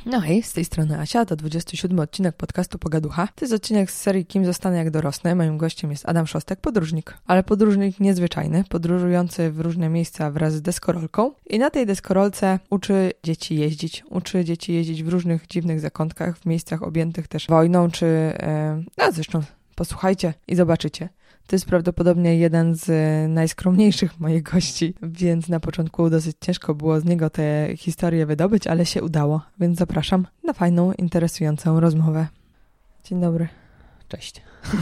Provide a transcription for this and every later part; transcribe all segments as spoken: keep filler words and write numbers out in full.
No hej, z tej strony Asia, to dwudziesty siódmy odcinek podcastu Pogaducha. To jest odcinek z serii Kim zostanę jak dorosnę. Moim gościem jest Adam Szostek, podróżnik. Ale podróżnik niezwyczajny, podróżujący w różne miejsca wraz z deskorolką. I na tej deskorolce uczy dzieci jeździć. Uczy dzieci jeździć w różnych dziwnych zakątkach, w miejscach objętych też wojną, czy... E... No zresztą posłuchajcie i zobaczycie. To jest prawdopodobnie jeden z najskromniejszych moich gości, więc na początku dosyć ciężko było z niego tę historię wydobyć, ale się udało, więc zapraszam na fajną, interesującą rozmowę. Dzień dobry. Cześć.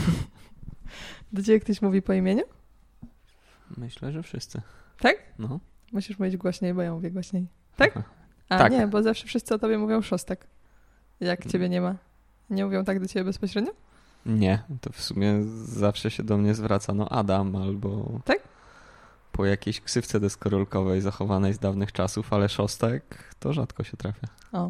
Do ciebie ktoś mówi po imieniu? Myślę, że wszyscy. Tak? No. Musisz mówić głośniej, bo ja mówię głośniej. Tak? Aha. A tak. Nie, bo zawsze wszyscy o tobie mówią Szostek. Jak ciebie nie ma. Nie mówią tak do ciebie bezpośrednio? Nie, to w sumie zawsze się do mnie zwraca no Adam albo tak? po jakiejś ksywce deskorolkowej zachowanej z dawnych czasów, ale Szostek to rzadko się trafia. O.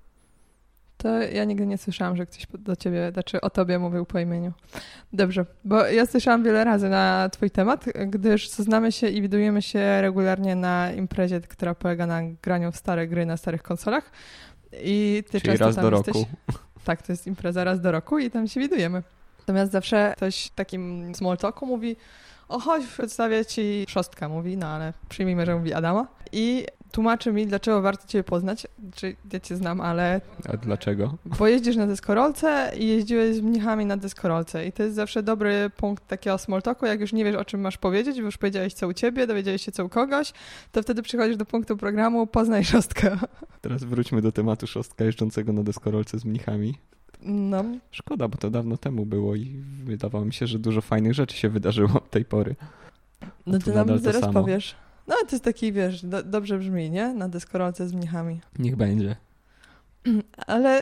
To ja nigdy nie słyszałam, że ktoś do ciebie, znaczy o tobie mówił po imieniu. Dobrze, bo ja słyszałam wiele razy na twój temat, gdyż znamy się i widujemy się regularnie na imprezie, która polega na graniu w stare gry na starych konsolach. I ty Czyli często raz tam do jesteś. roku. Tak, to jest impreza raz do roku i tam się widujemy. Natomiast zawsze ktoś w takim small talku mówi: o chodź, przedstawię ci Szostka. Mówi, no ale przyjmijmy, że mówi Adama. I tłumaczy mi, dlaczego warto ciebie poznać. Czy ja cię znam, ale... A dlaczego? Bo jeździsz na deskorolce i jeździłeś z mnichami na deskorolce. I to jest zawsze dobry punkt takiego small talku. Jak już nie wiesz, o czym masz powiedzieć, bo już powiedziałeś co u ciebie, dowiedziałeś się co u kogoś, to wtedy przychodzisz do punktu programu Poznaj Szostka. Teraz wróćmy do tematu Szostka jeżdżącego na deskorolce z mnichami. No. Szkoda, bo to dawno temu było i wydawało mi się, że dużo fajnych rzeczy się wydarzyło od tej pory. No to ty nam zaraz samo. powiesz. No to jest taki, wiesz, do, dobrze brzmi, nie? Na deskorolce z mnichami. Niech będzie. Ale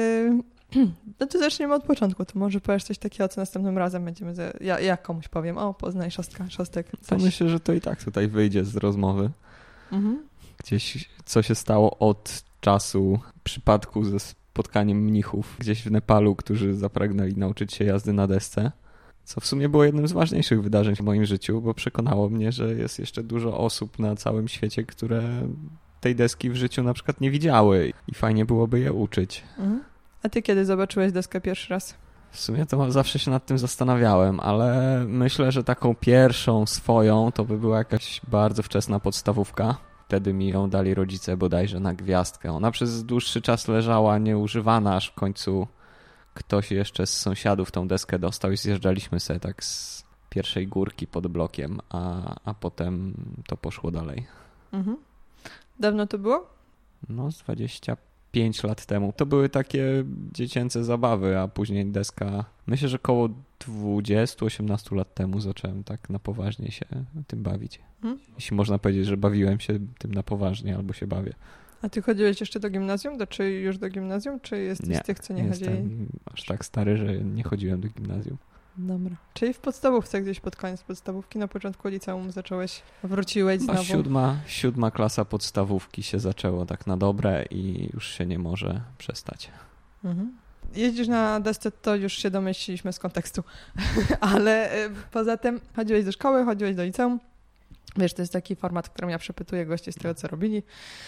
yy, no to zaczniemy od początku. To może powiesz coś takiego, co następnym razem będziemy... Za, ja, ja komuś powiem, o Poznaj Szostka, Szostek. Coś. To myślę, że to i tak tutaj wyjdzie z rozmowy. Mhm. Gdzieś co się stało od czasu przypadku ze spotkaniem mnichów gdzieś w Nepalu, którzy zapragnęli nauczyć się jazdy na desce, co w sumie było jednym z ważniejszych wydarzeń w moim życiu, bo przekonało mnie, że jest jeszcze dużo osób na całym świecie, które tej deski w życiu na przykład nie widziały i fajnie byłoby je uczyć. Mhm. A ty kiedy zobaczyłeś deskę pierwszy raz? W sumie to zawsze się nad tym zastanawiałem, ale myślę, że taką pierwszą swoją to by była jakaś bardzo wczesna podstawówka. Wtedy mi ją dali rodzice bodajże na gwiazdkę. Ona przez dłuższy czas leżała nieużywana, aż w końcu ktoś jeszcze z sąsiadów tą deskę dostał i zjeżdżaliśmy sobie tak z pierwszej górki pod blokiem, a, a potem to poszło dalej. Mhm. Dawno to było? No z dwadzieścia pięć lat temu. To były takie dziecięce zabawy, a później deska, myślę, że koło dwadzieścia osiemnaście lat temu zacząłem tak na poważnie się tym bawić. Hmm? Jeśli można powiedzieć, że bawiłem się tym na poważnie albo się bawię. A ty chodziłeś jeszcze do gimnazjum? Do, czy już do gimnazjum? Czy jesteś nie, z tych, co nie jestem chodzili? Jestem aż tak stary, że nie chodziłem do gimnazjum. Dobra. Czyli w podstawówce gdzieś pod koniec podstawówki, na początku liceum zacząłeś, wróciłeś no, znowu? Siódma, siódma klasa podstawówki się zaczęło tak na dobre i już się nie może przestać. Mhm. Jeździsz na desce, to już się domyśliliśmy z kontekstu, ale y, poza tym chodziłeś do szkoły, chodziłeś do liceum. Wiesz, to jest taki format, w którym ja przepytuję gości z tego, co robili.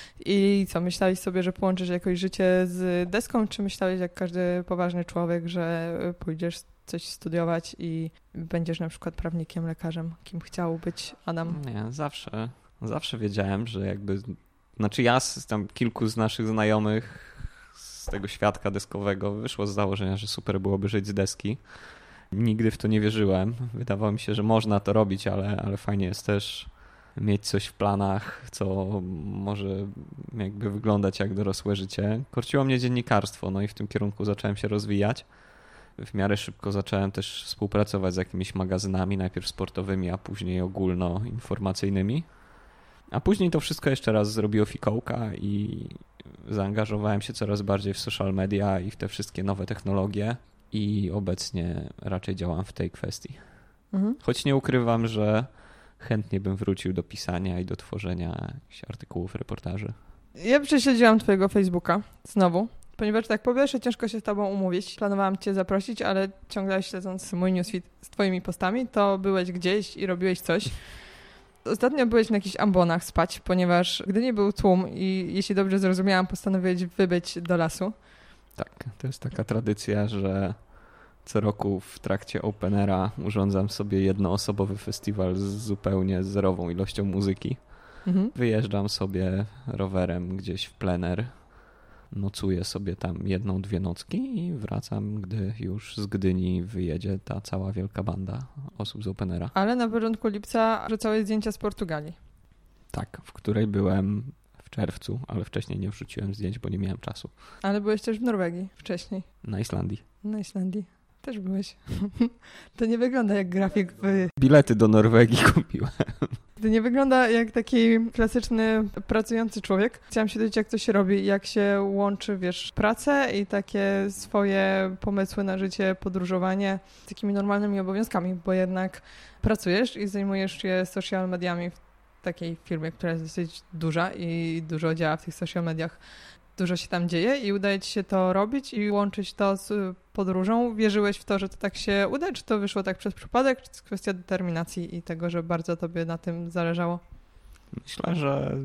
I co, myślałeś sobie, że połączysz jakoś życie z deską, czy myślałeś, jak każdy poważny człowiek, że pójdziesz coś studiować i będziesz na przykład prawnikiem, lekarzem, kim chciał być Adam? Nie, zawsze, zawsze wiedziałem, że jakby, znaczy ja z tam kilku z naszych znajomych z tego świadka deskowego wyszło z założenia, że super byłoby żyć z deski. Nigdy w to nie wierzyłem. Wydawało mi się, że można to robić, ale, ale fajnie jest też mieć coś w planach, co może jakby wyglądać jak dorosłe życie. Korciło mnie dziennikarstwo, no i w tym kierunku zacząłem się rozwijać. W miarę szybko zacząłem też współpracować z jakimiś magazynami, najpierw sportowymi, a później ogólnoinformacyjnymi. A później to wszystko jeszcze raz zrobiło fikołka i zaangażowałem się coraz bardziej w social media i w te wszystkie nowe technologie i obecnie raczej działam w tej kwestii. Mhm. Choć nie ukrywam, że chętnie bym wrócił do pisania i do tworzenia jakichś artykułów, reportaży. Ja prześledziłam twojego Facebooka znowu, ponieważ tak po pierwsze ciężko się z tobą umówić. Planowałam cię zaprosić, ale ciągle śledząc mój newsfeed z twoimi postami, to byłeś gdzieś i robiłeś coś. Ostatnio byłeś na jakichś ambonach spać, ponieważ gdy nie był tłum i jeśli dobrze zrozumiałam, postanowiłeś wybyć do lasu. Tak, to jest taka tradycja, że co roku w trakcie Openera urządzam sobie jednoosobowy festiwal z zupełnie zerową ilością muzyki. Mhm. Wyjeżdżam sobie rowerem gdzieś w plener, nocuję sobie tam jedną, dwie nocki i wracam, gdy już z Gdyni wyjedzie ta cała wielka banda osób z Openera. Ale na początku lipca wrzucałeś zdjęcia z Portugalii. Tak, w której byłem w czerwcu, ale wcześniej nie wrzuciłem zdjęć, bo nie miałem czasu. Ale byłeś też w Norwegii wcześniej. Na Islandii. Na Islandii. Też byłeś. To nie wygląda jak grafik w... Bilety do Norwegii kupiłem. To nie wygląda jak taki klasyczny pracujący człowiek. Chciałam się dowiedzieć, jak to się robi, jak się łączy, wiesz, pracę i takie swoje pomysły na życie, podróżowanie z takimi normalnymi obowiązkami, bo jednak pracujesz i zajmujesz się social mediami w takiej firmie, która jest dosyć duża i dużo działa w tych social mediach. Dużo się tam dzieje i udaje ci się to robić i łączyć to z podróżą. Wierzyłeś w to, że to tak się uda, czy to wyszło tak przez przypadek, czy to jest kwestia determinacji i tego, że bardzo tobie na tym zależało? Myślę, że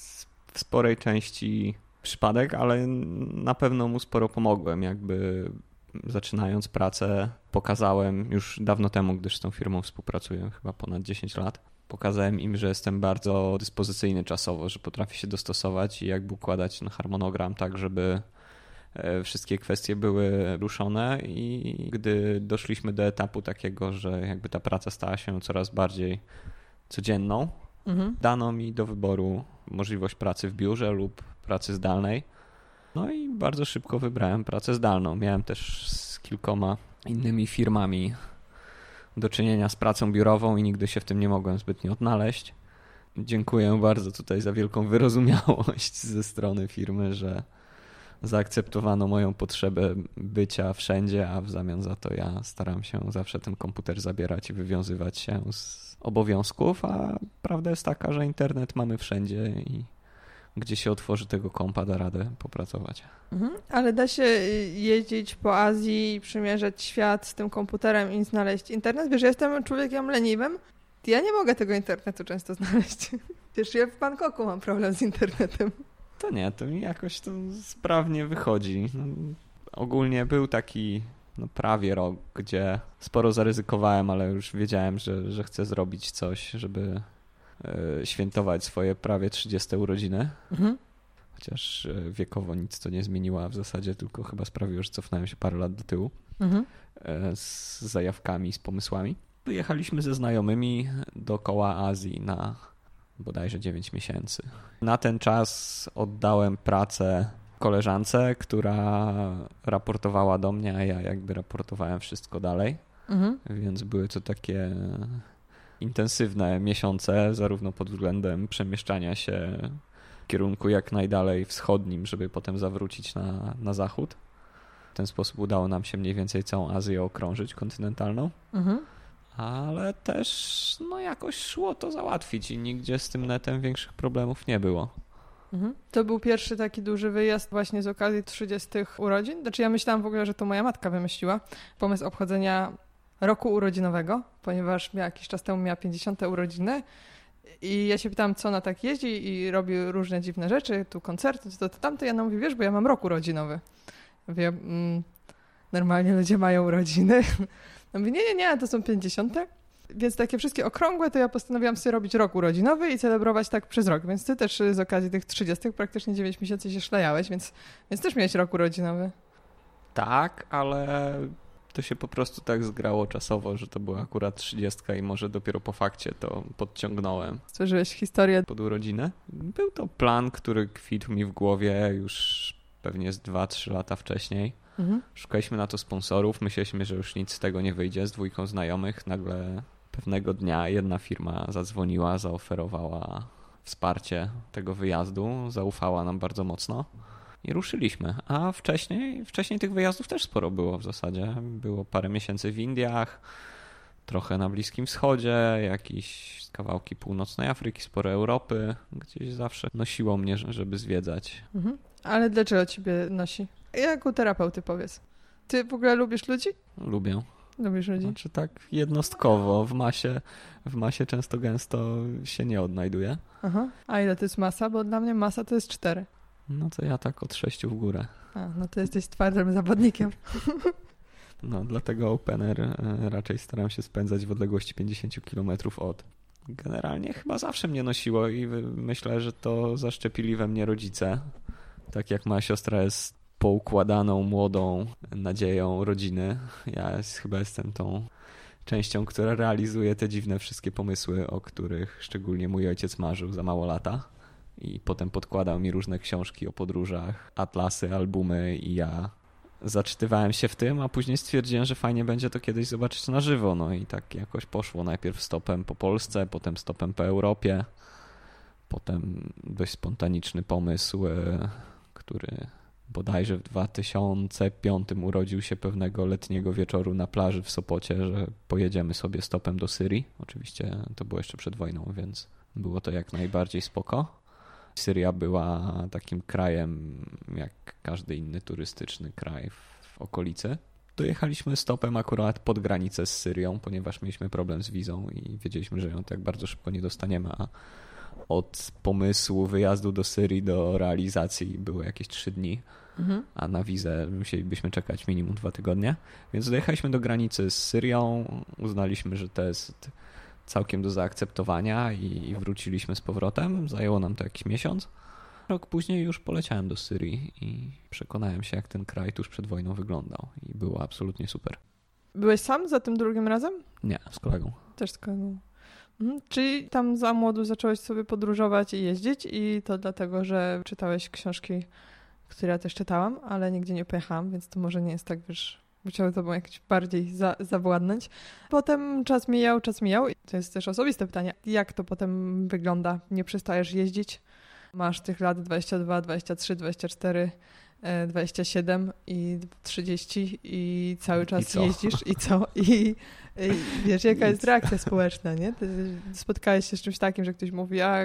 w sporej części przypadek, ale na pewno mu sporo pomogłem. Jakby zaczynając pracę pokazałem już dawno temu, gdyż z tą firmą współpracuję chyba ponad dziesięć lat. Pokazałem im, że jestem bardzo dyspozycyjny czasowo, że potrafię się dostosować i jakby układać na harmonogram tak, żeby wszystkie kwestie były ruszone i gdy doszliśmy do etapu takiego, że jakby ta praca stała się coraz bardziej codzienną, mhm. dano mi do wyboru możliwość pracy w biurze lub pracy zdalnej. No i bardzo szybko wybrałem pracę zdalną. Miałem też z kilkoma innymi firmami do czynienia z pracą biurową i nigdy się w tym nie mogłem zbytnio odnaleźć. Dziękuję bardzo tutaj za wielką wyrozumiałość ze strony firmy, że zaakceptowano moją potrzebę bycia wszędzie, a w zamian za to ja staram się zawsze ten komputer zabierać i wywiązywać się z obowiązków, a prawda jest taka, że internet mamy wszędzie i gdzie się otworzy tego kompa, da radę popracować. Mhm, ale da się jeździć po Azji i przymierzać świat z tym komputerem i znaleźć internet? Wiesz, ja jestem człowiekiem leniwym. Ja nie mogę tego internetu często znaleźć. Wiesz, ja w Bangkoku mam problem z internetem. To nie, to mi jakoś to sprawnie wychodzi. No, ogólnie był taki no, prawie rok, gdzie sporo zaryzykowałem, ale już wiedziałem, że, że chcę zrobić coś, żeby świętować swoje prawie trzydzieste urodziny. Mhm. Chociaż wiekowo nic to nie zmieniło, a w zasadzie tylko chyba sprawiło, że cofnąłem się parę lat do tyłu mhm. z zajawkami, z pomysłami. Jechaliśmy ze znajomymi dookoła Azji na bodajże dziewięć miesięcy. Na ten czas oddałem pracę koleżance, która raportowała do mnie, a ja jakby raportowałem wszystko dalej. Mhm. Więc były to takie intensywne miesiące, zarówno pod względem przemieszczania się w kierunku jak najdalej wschodnim, żeby potem zawrócić na, na zachód. W ten sposób udało nam się mniej więcej całą Azję okrążyć kontynentalną. Mhm. Ale też no jakoś szło to załatwić i nigdzie z tym netem większych problemów nie było. Mhm. To był pierwszy taki duży wyjazd właśnie z okazji trzydziestych urodzin. Znaczy ja myślałam w ogóle, że to moja matka wymyśliła pomysł obchodzenia roku urodzinowego, ponieważ miała jakiś czas temu miała pięćdziesiąte urodziny i ja się pytałam, co ona tak jeździ i robi różne dziwne rzeczy, tu koncerty, to, to tamto. Ja ona mówi, wiesz, bo ja mam rok urodzinowy. Mówię, mm, normalnie ludzie mają urodziny. Ja mówię, nie, nie, nie, to są pięćdziesiąte. Więc takie wszystkie okrągłe, to ja postanowiłam sobie robić rok urodzinowy i celebrować tak przez rok. Więc ty też z okazji tych trzydziestych praktycznie dziewięć miesięcy się szlajałeś, więc, więc też miałeś rok urodzinowy. Tak, ale to się po prostu tak zgrało czasowo, że to była akurat trzydziestka i może dopiero po fakcie to podciągnąłem. Stworzyłeś historię pod urodzinę. Był to plan, który kwitł mi w głowie już pewnie z dwa trzy lata wcześniej. Mhm. Szukaliśmy na to sponsorów, myśleliśmy, że już nic z tego nie wyjdzie z dwójką znajomych. Nagle pewnego dnia jedna firma zadzwoniła, zaoferowała wsparcie tego wyjazdu, zaufała nam bardzo mocno. I ruszyliśmy, a wcześniej, wcześniej tych wyjazdów też sporo było w zasadzie. Było parę miesięcy w Indiach, trochę na Bliskim Wschodzie, jakieś kawałki północnej Afryki, sporo Europy. Gdzieś zawsze nosiło mnie, żeby zwiedzać. Mhm. Ale dlaczego ciebie nosi? Jak u terapeuty powiedz. Ty w ogóle lubisz ludzi? Lubię. Lubisz ludzi? Znaczy tak jednostkowo, w masie, w masie często gęsto się nie odnajduje. Aha. A ile to jest masa? Bo dla mnie masa to jest cztery. No to ja tak od sześciu w górę. A, no to jesteś twardym zawodnikiem. No dlatego opener raczej staram się spędzać w odległości pięćdziesiąt kilometrów od. Generalnie chyba zawsze mnie nosiło i myślę, że to zaszczepili we mnie rodzice. Tak jak moja siostra jest poukładaną, młodą nadzieją rodziny. Ja jest, chyba jestem tą częścią, która realizuje te dziwne wszystkie pomysły, o których szczególnie mój ojciec marzył za mało lata. I potem podkładał mi różne książki o podróżach, atlasy, albumy i ja zaczytywałem się w tym, a później stwierdziłem, że fajnie będzie to kiedyś zobaczyć na żywo. No i tak jakoś poszło. Najpierw stopem po Polsce, potem stopem po Europie. Potem dość spontaniczny pomysł, który bodajże w dwa tysiące piątym urodził się pewnego letniego wieczoru na plaży w Sopocie, że pojedziemy sobie stopem do Syrii. Oczywiście to było jeszcze przed wojną, więc było to jak najbardziej spoko. Syria była takim krajem jak każdy inny turystyczny kraj w okolicy. Dojechaliśmy stopem akurat pod granicę z Syrią, ponieważ mieliśmy problem z wizą i wiedzieliśmy, że ją tak bardzo szybko nie dostaniemy, a od pomysłu wyjazdu do Syrii do realizacji było jakieś trzy dni, mhm. a na wizę musielibyśmy czekać minimum dwa tygodnie. Więc dojechaliśmy do granicy z Syrią, uznaliśmy, że to jest całkiem do zaakceptowania i wróciliśmy z powrotem. Zajęło nam to jakiś miesiąc. Rok później już poleciałem do Syrii i przekonałem się, jak ten kraj tuż przed wojną wyglądał i było absolutnie super. Byłeś sam za tym drugim razem? Nie, z kolegą. Też z kolegą. Mhm. Czyli tam za młodu zacząłeś sobie podróżować i jeździć i to dlatego, że czytałeś książki, które ja też czytałam, ale nigdzie nie pojechałam, więc to może nie jest tak, wiesz, musiały tobą jakoś bardziej za, zawładnąć. Potem czas mijał, czas mijał i to jest też osobiste pytanie. Jak to potem wygląda? Nie przestajesz jeździć? Masz tych lat dwadzieścia dwa, dwadzieścia trzy, dwadzieścia cztery, dwadzieścia siedem i trzydzieści i cały czas I jeździsz i co? I, i wiesz, jaka jest reakcja społeczna, nie? Ty spotkałeś się z czymś takim, że ktoś mówi, a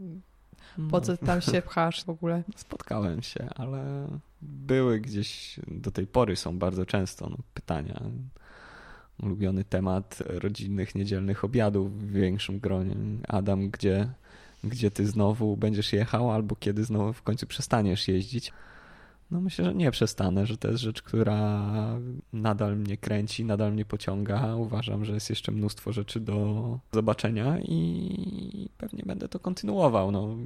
po co tam się pchasz w ogóle? Spotkałem się, ale były gdzieś, do tej pory są bardzo często no, pytania. Ulubiony temat rodzinnych, niedzielnych obiadów w większym gronie. Adam, gdzie, gdzie ty znowu będziesz jechał, albo kiedy znowu w końcu przestaniesz jeździć? No myślę, że nie przestanę, że to jest rzecz, która nadal mnie kręci, nadal mnie pociąga. Uważam, że jest jeszcze mnóstwo rzeczy do zobaczenia i pewnie będę to kontynuował. No,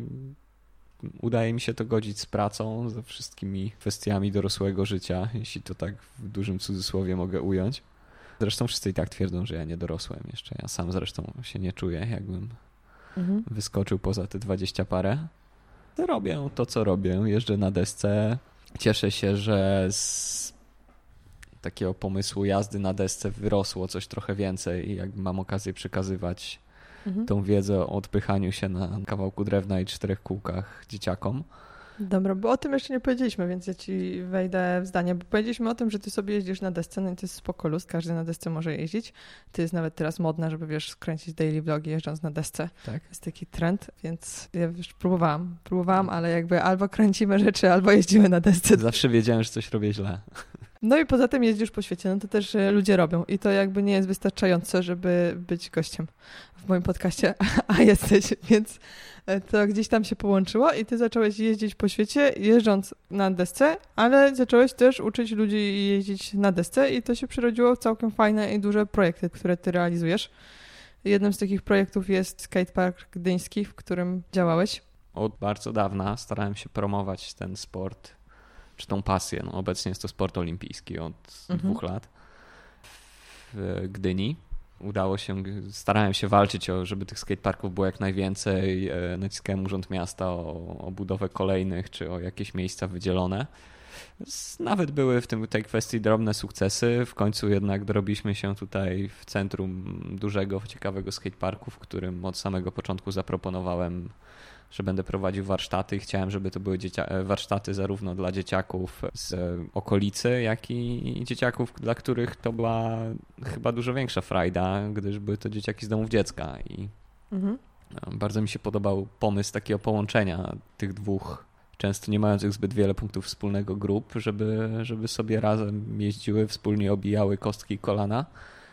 udaje mi się to godzić z pracą, ze wszystkimi kwestiami dorosłego życia, jeśli to tak w dużym cudzysłowie mogę ująć. Zresztą wszyscy i tak twierdzą, że ja nie dorosłem jeszcze. Ja sam zresztą się nie czuję, jakbym mhm. wyskoczył poza te dwadzieścia parę. Robię to, co robię. Jeżdżę na desce. Cieszę się, że z takiego pomysłu jazdy na desce wyrosło coś trochę więcej i jakby mam okazję przekazywać mhm. tą wiedzę o odpychaniu się na kawałku drewna i czterech kółkach dzieciakom. Dobra, bo o tym jeszcze nie powiedzieliśmy, więc ja ci wejdę w zdanie, bo powiedzieliśmy o tym, że ty sobie jeździsz na desce, no i to jest spoko luz, każdy na desce może jeździć. To jest nawet teraz modne, żeby wiesz, skręcić daily vlogi jeżdżąc na desce. Tak. Jest taki trend, więc ja już próbowałam, próbowałam, ale jakby albo kręcimy rzeczy, albo jeździmy na desce. Zawsze wiedziałem, że coś robię źle. No i poza tym jeździsz po świecie, no to też ludzie robią i to jakby nie jest wystarczające, żeby być gościem w moim podcaście, a jesteś, więc to gdzieś tam się połączyło i ty zacząłeś jeździć po świecie jeżdżąc na desce, ale zacząłeś też uczyć ludzi jeździć na desce i to się przerodziło w całkiem fajne i duże projekty, które ty realizujesz. Jednym z takich projektów jest skatepark gdyński, w którym działałeś. Od bardzo dawna starałem się promować ten sport, czy tą pasję. No, obecnie jest to sport olimpijski od mhm. dwóch lat w Gdyni. Udało się, starałem się walczyć, o, żeby tych skateparków było jak najwięcej. Naciskałem Urząd Miasta o, o budowę kolejnych, czy o jakieś miejsca wydzielone. Nawet były w tym, tej kwestii drobne sukcesy. W końcu jednak dorobiliśmy się tutaj w centrum dużego, ciekawego skateparku, w którym od samego początku zaproponowałem, że będę prowadził warsztaty i chciałem, żeby to były dziecia- warsztaty zarówno dla dzieciaków z okolicy, jak i dzieciaków, dla których to była chyba dużo większa frajda, gdyż były to dzieciaki z domów dziecka i mhm. bardzo mi się podobał pomysł takiego połączenia tych dwóch, często nie mających zbyt wiele punktów wspólnego grup, żeby, żeby sobie razem jeździły, wspólnie obijały kostki i kolana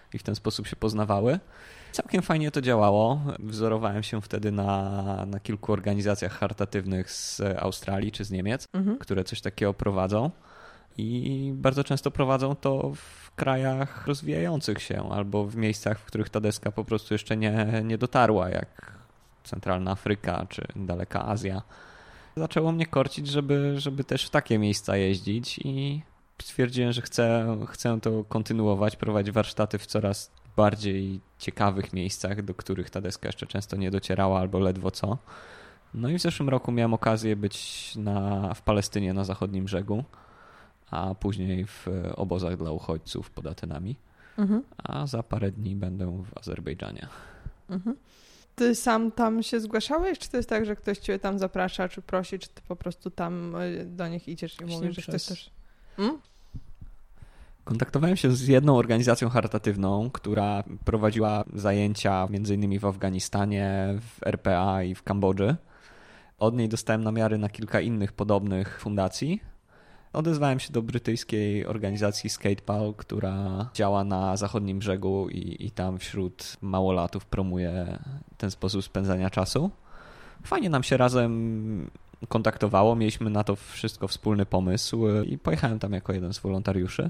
i w ten sposób się poznawały. Całkiem fajnie to działało. Wzorowałem się wtedy na, na kilku organizacjach charytatywnych z Australii czy z Niemiec, mhm. które coś takiego prowadzą i bardzo często prowadzą to w krajach rozwijających się albo w miejscach, w których ta deska po prostu jeszcze nie, nie dotarła, jak Centralna Afryka czy Daleka Azja. Zaczęło mnie korcić, żeby, żeby też w takie miejsca jeździć i stwierdziłem, że chcę, chcę to kontynuować, prowadzić warsztaty w coraz bardziej ciekawych miejscach, do których ta deska jeszcze często nie docierała albo ledwo co. No i w zeszłym roku miałem okazję być na, w Palestynie na zachodnim brzegu, a później w obozach dla uchodźców pod Atenami, mhm. a za parę dni będę w Azerbejdżanie. Mhm. Ty sam tam się zgłaszałeś, czy to jest tak, że ktoś cię tam zaprasza, czy prosi, czy ty po prostu tam do nich idziesz i mówisz, że chcesz też... Hmm? Kontaktowałem się z jedną organizacją charytatywną, która prowadziła zajęcia między innymi w Afganistanie, w R P A i w Kambodży. Od niej dostałem namiary na kilka innych podobnych fundacji. Odezwałem się do brytyjskiej organizacji Skatepal, która działa na zachodnim brzegu i, i tam wśród małolatów promuje ten sposób spędzania czasu. Fajnie nam się razem kontaktowało, mieliśmy na to wszystko wspólny pomysł i pojechałem tam jako jeden z wolontariuszy.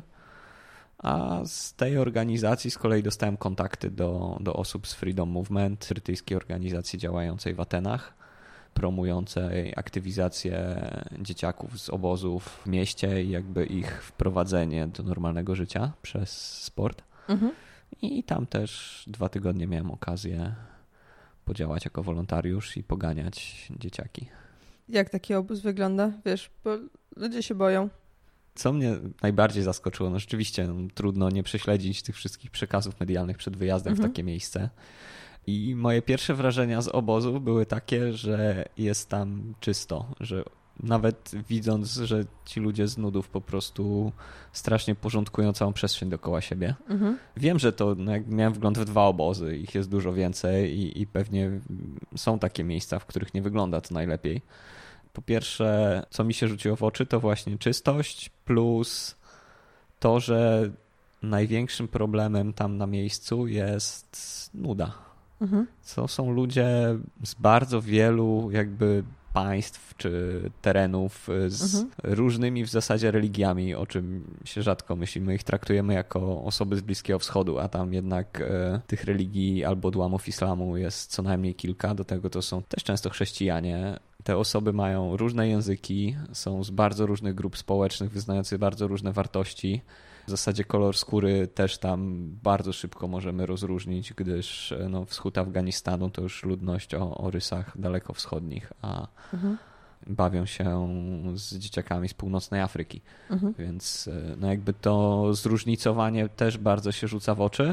A z tej organizacji z kolei dostałem kontakty do, do osób z Freedom Movement, brytyjskiej organizacji działającej w Atenach, promującej aktywizację dzieciaków z obozów w mieście i jakby ich wprowadzenie do normalnego życia przez sport. Mhm. I tam też dwa tygodnie miałem okazję podziałać jako wolontariusz i poganiać dzieciaki. Jak taki obóz wygląda? Wiesz, bo ludzie się boją. Co mnie najbardziej zaskoczyło, no rzeczywiście no, trudno nie prześledzić tych wszystkich przekazów medialnych przed wyjazdem mhm. w takie miejsce. I moje pierwsze wrażenia z obozu były takie, że jest tam czysto, że nawet widząc, że ci ludzie z nudów po prostu strasznie porządkują całą przestrzeń dookoła siebie. Mhm. Wiem, że to, no jak miałem wgląd w dwa obozy, ich jest dużo więcej i, i pewnie są takie miejsca, w których nie wygląda to najlepiej. Po pierwsze, co mi się rzuciło w oczy, to właśnie czystość plus to, że największym problemem tam na miejscu jest nuda. Mhm. To są ludzie z bardzo wielu jakby państw czy terenów z mhm. różnymi w zasadzie religiami, o czym się rzadko myśli. My ich traktujemy jako osoby z Bliskiego Wschodu, a tam jednak e, tych religii albo odłamów islamu jest co najmniej kilka. Do tego to są też często chrześcijanie. Te osoby mają różne języki, są z bardzo różnych grup społecznych, wyznających bardzo różne wartości. W zasadzie kolor skóry też tam bardzo szybko możemy rozróżnić, gdyż no, wschód Afganistanu to już ludność o, o rysach dalekowschodnich, a mhm. bawią się z dzieciakami z północnej Afryki. Mhm. Więc no, jakby to zróżnicowanie też bardzo się rzuca w oczy.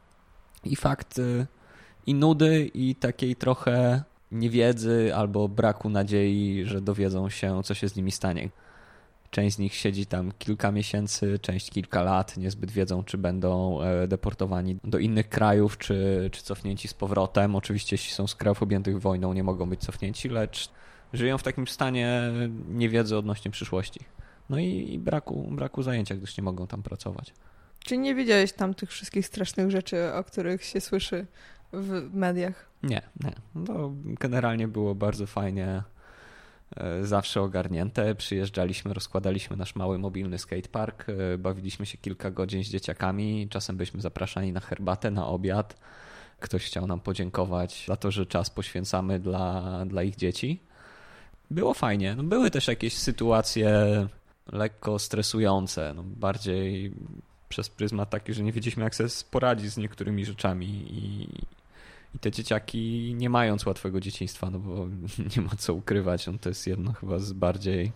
I fakt i nudy, i takiej trochę niewiedzy albo braku nadziei, że dowiedzą się, co się z nimi stanie. Część z nich siedzi tam kilka miesięcy, część kilka lat, niezbyt wiedzą, czy będą deportowani do innych krajów, czy, czy cofnięci z powrotem. Oczywiście jeśli są z krajów objętych wojną, nie mogą być cofnięci, lecz żyją w takim stanie niewiedzy odnośnie przyszłości. No i, i braku, braku zajęcia, gdyż nie mogą tam pracować. Czy nie widziałeś tam tych wszystkich strasznych rzeczy, o których się słyszy w mediach? Nie, nie. No, generalnie było bardzo fajnie, zawsze ogarnięte. Przyjeżdżaliśmy, rozkładaliśmy nasz mały mobilny skatepark, bawiliśmy się kilka godzin z dzieciakami, czasem byliśmy zapraszani na herbatę, na obiad. Ktoś chciał nam podziękować za to, że czas poświęcamy dla, dla ich dzieci. Było fajnie. No, były też jakieś sytuacje lekko stresujące, no, bardziej przez pryzmat taki, że nie wiedzieliśmy, jak sobie poradzić z niektórymi rzeczami i I te dzieciaki, nie mając łatwego dzieciństwa, no bo nie ma co ukrywać, no to jest jedno chyba z bardziej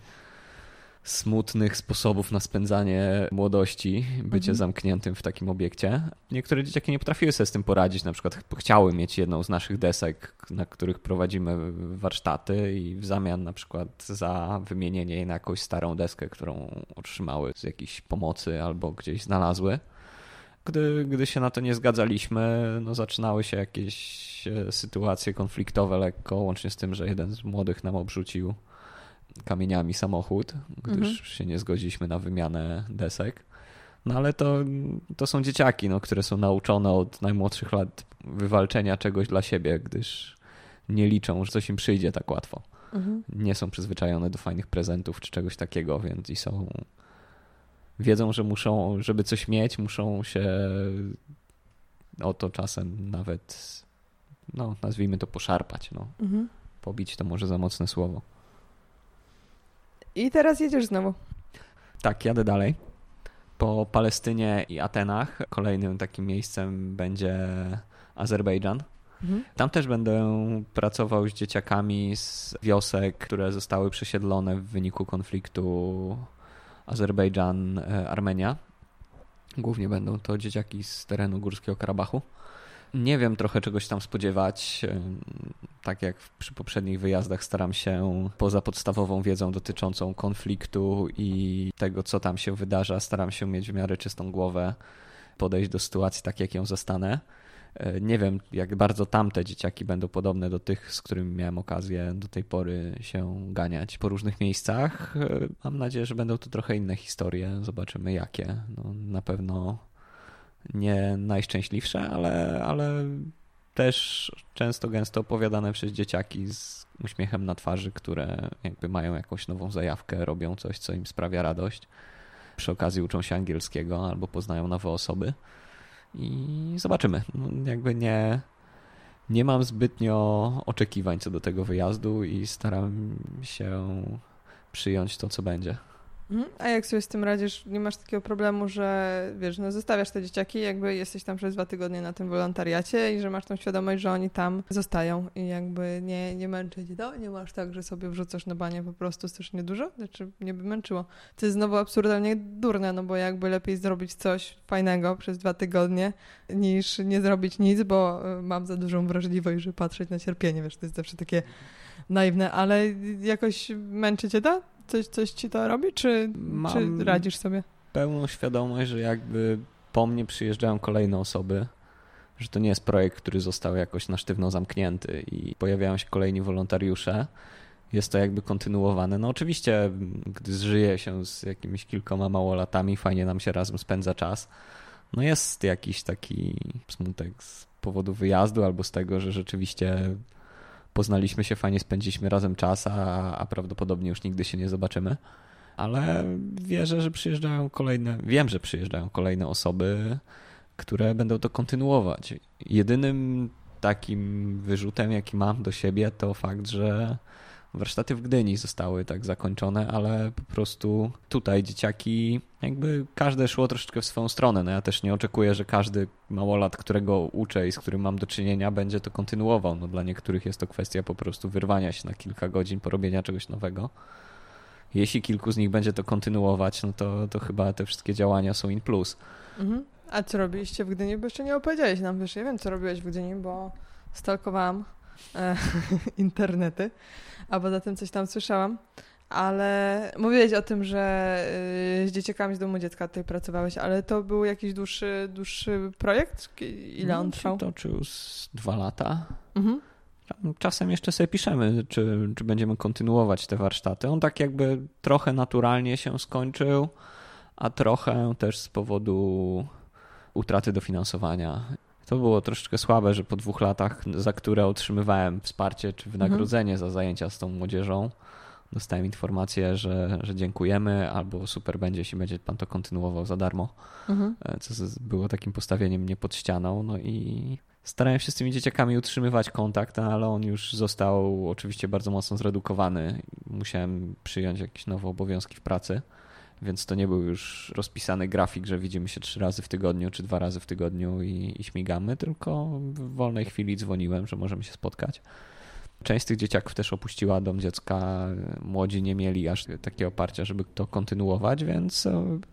smutnych sposobów na spędzanie młodości, bycie mhm. zamkniętym w takim obiekcie. Niektóre dzieciaki nie potrafiły sobie z tym poradzić, na przykład chciały mieć jedną z naszych desek, na których prowadzimy warsztaty i w zamian na przykład za wymienienie jej na jakąś starą deskę, którą otrzymały z jakiejś pomocy albo gdzieś znalazły. Gdy, gdy się na to nie zgadzaliśmy, no zaczynały się jakieś sytuacje konfliktowe lekko, łącznie z tym, że jeden z młodych nam obrzucił kamieniami samochód, gdyż mhm. się nie zgodziliśmy na wymianę desek. No ale to, to są dzieciaki, no, które są nauczone od najmłodszych lat wywalczenia czegoś dla siebie, gdyż nie liczą, że coś im przyjdzie tak łatwo. Mhm. Nie są przyzwyczajone do fajnych prezentów czy czegoś takiego, więc i są... Wiedzą, że muszą, żeby coś mieć, muszą się o to czasem nawet, no nazwijmy to, poszarpać. No. Mhm. Pobić to może za mocne słowo. I teraz jedziesz znowu. Tak, jadę dalej. Po Palestynie i Atenach kolejnym takim miejscem będzie Azerbejdżan. Mhm. Tam też będę pracował z dzieciakami z wiosek, które zostały przesiedlone w wyniku konfliktu Azerbejdżan-Armenia. Głównie będą to dzieciaki z terenu Górskiego Karabachu. Nie wiem trochę czegoś tam spodziewać. Tak jak przy poprzednich wyjazdach staram się poza podstawową wiedzą dotyczącą konfliktu i tego, co tam się wydarza, staram się mieć w miarę czystą głowę, podejść do sytuacji tak, jak ją zastanę. Nie wiem, jak bardzo tamte dzieciaki będą podobne do tych, z którymi miałem okazję do tej pory się ganiać po różnych miejscach. Mam nadzieję, że będą to trochę inne historie. Zobaczymy jakie. No, na pewno nie najszczęśliwsze, ale, ale też często gęsto opowiadane przez dzieciaki z uśmiechem na twarzy, które jakby mają jakąś nową zajawkę, robią coś, co im sprawia radość. Przy okazji uczą się angielskiego albo poznają nowe osoby. I zobaczymy. Jakby nie, nie mam zbytnio oczekiwań co do tego wyjazdu i staram się przyjąć to, co będzie. A jak sobie z tym radzisz? Nie masz takiego problemu, że wiesz, no zostawiasz te dzieciaki, jakby jesteś tam przez dwa tygodnie na tym wolontariacie i że masz tą świadomość, że oni tam zostają i jakby nie, nie męczy cię to? Nie masz tak, że sobie wrzucasz na banie po prostu strasznie dużo? Znaczy mnie by męczyło. To jest znowu absurdalnie durne, no bo jakby lepiej zrobić coś fajnego przez dwa tygodnie niż nie zrobić nic, bo mam za dużą wrażliwość, żeby patrzeć na cierpienie, wiesz, to jest zawsze takie naiwne, ale jakoś męczy cię to? Coś, coś ci to robi, czy, czy radzisz sobie? Pełną świadomość, że jakby po mnie przyjeżdżają kolejne osoby, że to nie jest projekt, który został jakoś na sztywno zamknięty i pojawiają się kolejni wolontariusze. Jest to jakby kontynuowane. No oczywiście, gdy zżyje się z jakimiś kilkoma małolatami, fajnie nam się razem spędza czas. No jest jakiś taki smutek z powodu wyjazdu albo z tego, że rzeczywiście poznaliśmy się, fajnie spędziliśmy razem czas, a, a prawdopodobnie już nigdy się nie zobaczymy. Ale wierzę, że przyjeżdżają kolejne, wiem, że przyjeżdżają kolejne osoby, które będą to kontynuować. Jedynym takim wyrzutem, jaki mam do siebie, to fakt, że warsztaty w Gdyni zostały tak zakończone, ale po prostu tutaj dzieciaki, jakby każde szło troszeczkę w swoją stronę. No ja też nie oczekuję, że każdy małolat, którego uczę i z którym mam do czynienia, będzie to kontynuował. No dla niektórych jest to kwestia po prostu wyrwania się na kilka godzin, porobienia czegoś nowego. Jeśli kilku z nich będzie to kontynuować, no to, to chyba te wszystkie działania są in plus. Mhm. A co robiliście w Gdyni? Bo jeszcze nie opowiedziałeś nam, wiesz, ja wiem, co robiłeś w Gdyni, bo stalkowałam e, internety, a poza tym coś tam słyszałam, ale mówiłeś o tym, że y, z dzieciakami z domu dziecka tutaj pracowałeś, ale to był jakiś dłuższy, dłuższy projekt? Ile on trwał? No, to toczył z dwa lata. Mhm. Czasem jeszcze sobie piszemy, czy, czy będziemy kontynuować te warsztaty. On tak jakby trochę naturalnie się skończył, a trochę też z powodu utraty dofinansowania. To było troszeczkę słabe, że po dwóch latach, za które otrzymywałem wsparcie czy wynagrodzenie mhm. za zajęcia z tą młodzieżą, dostałem informację, że, że dziękujemy albo super będzie, jeśli będzie pan to kontynuował za darmo, mhm. co było takim postawieniem mnie pod ścianą. No i starałem się z tymi dzieciakami utrzymywać kontakt, ale on już został oczywiście bardzo mocno zredukowany. Musiałem przyjąć jakieś nowe obowiązki w pracy, więc to nie był już rozpisany grafik, że widzimy się trzy razy w tygodniu czy dwa razy w tygodniu i, i śmigamy, tylko w wolnej chwili dzwoniłem, że możemy się spotkać. Część z tych dzieciaków też opuściła dom dziecka, młodzi nie mieli aż takiego oparcia, żeby to kontynuować, więc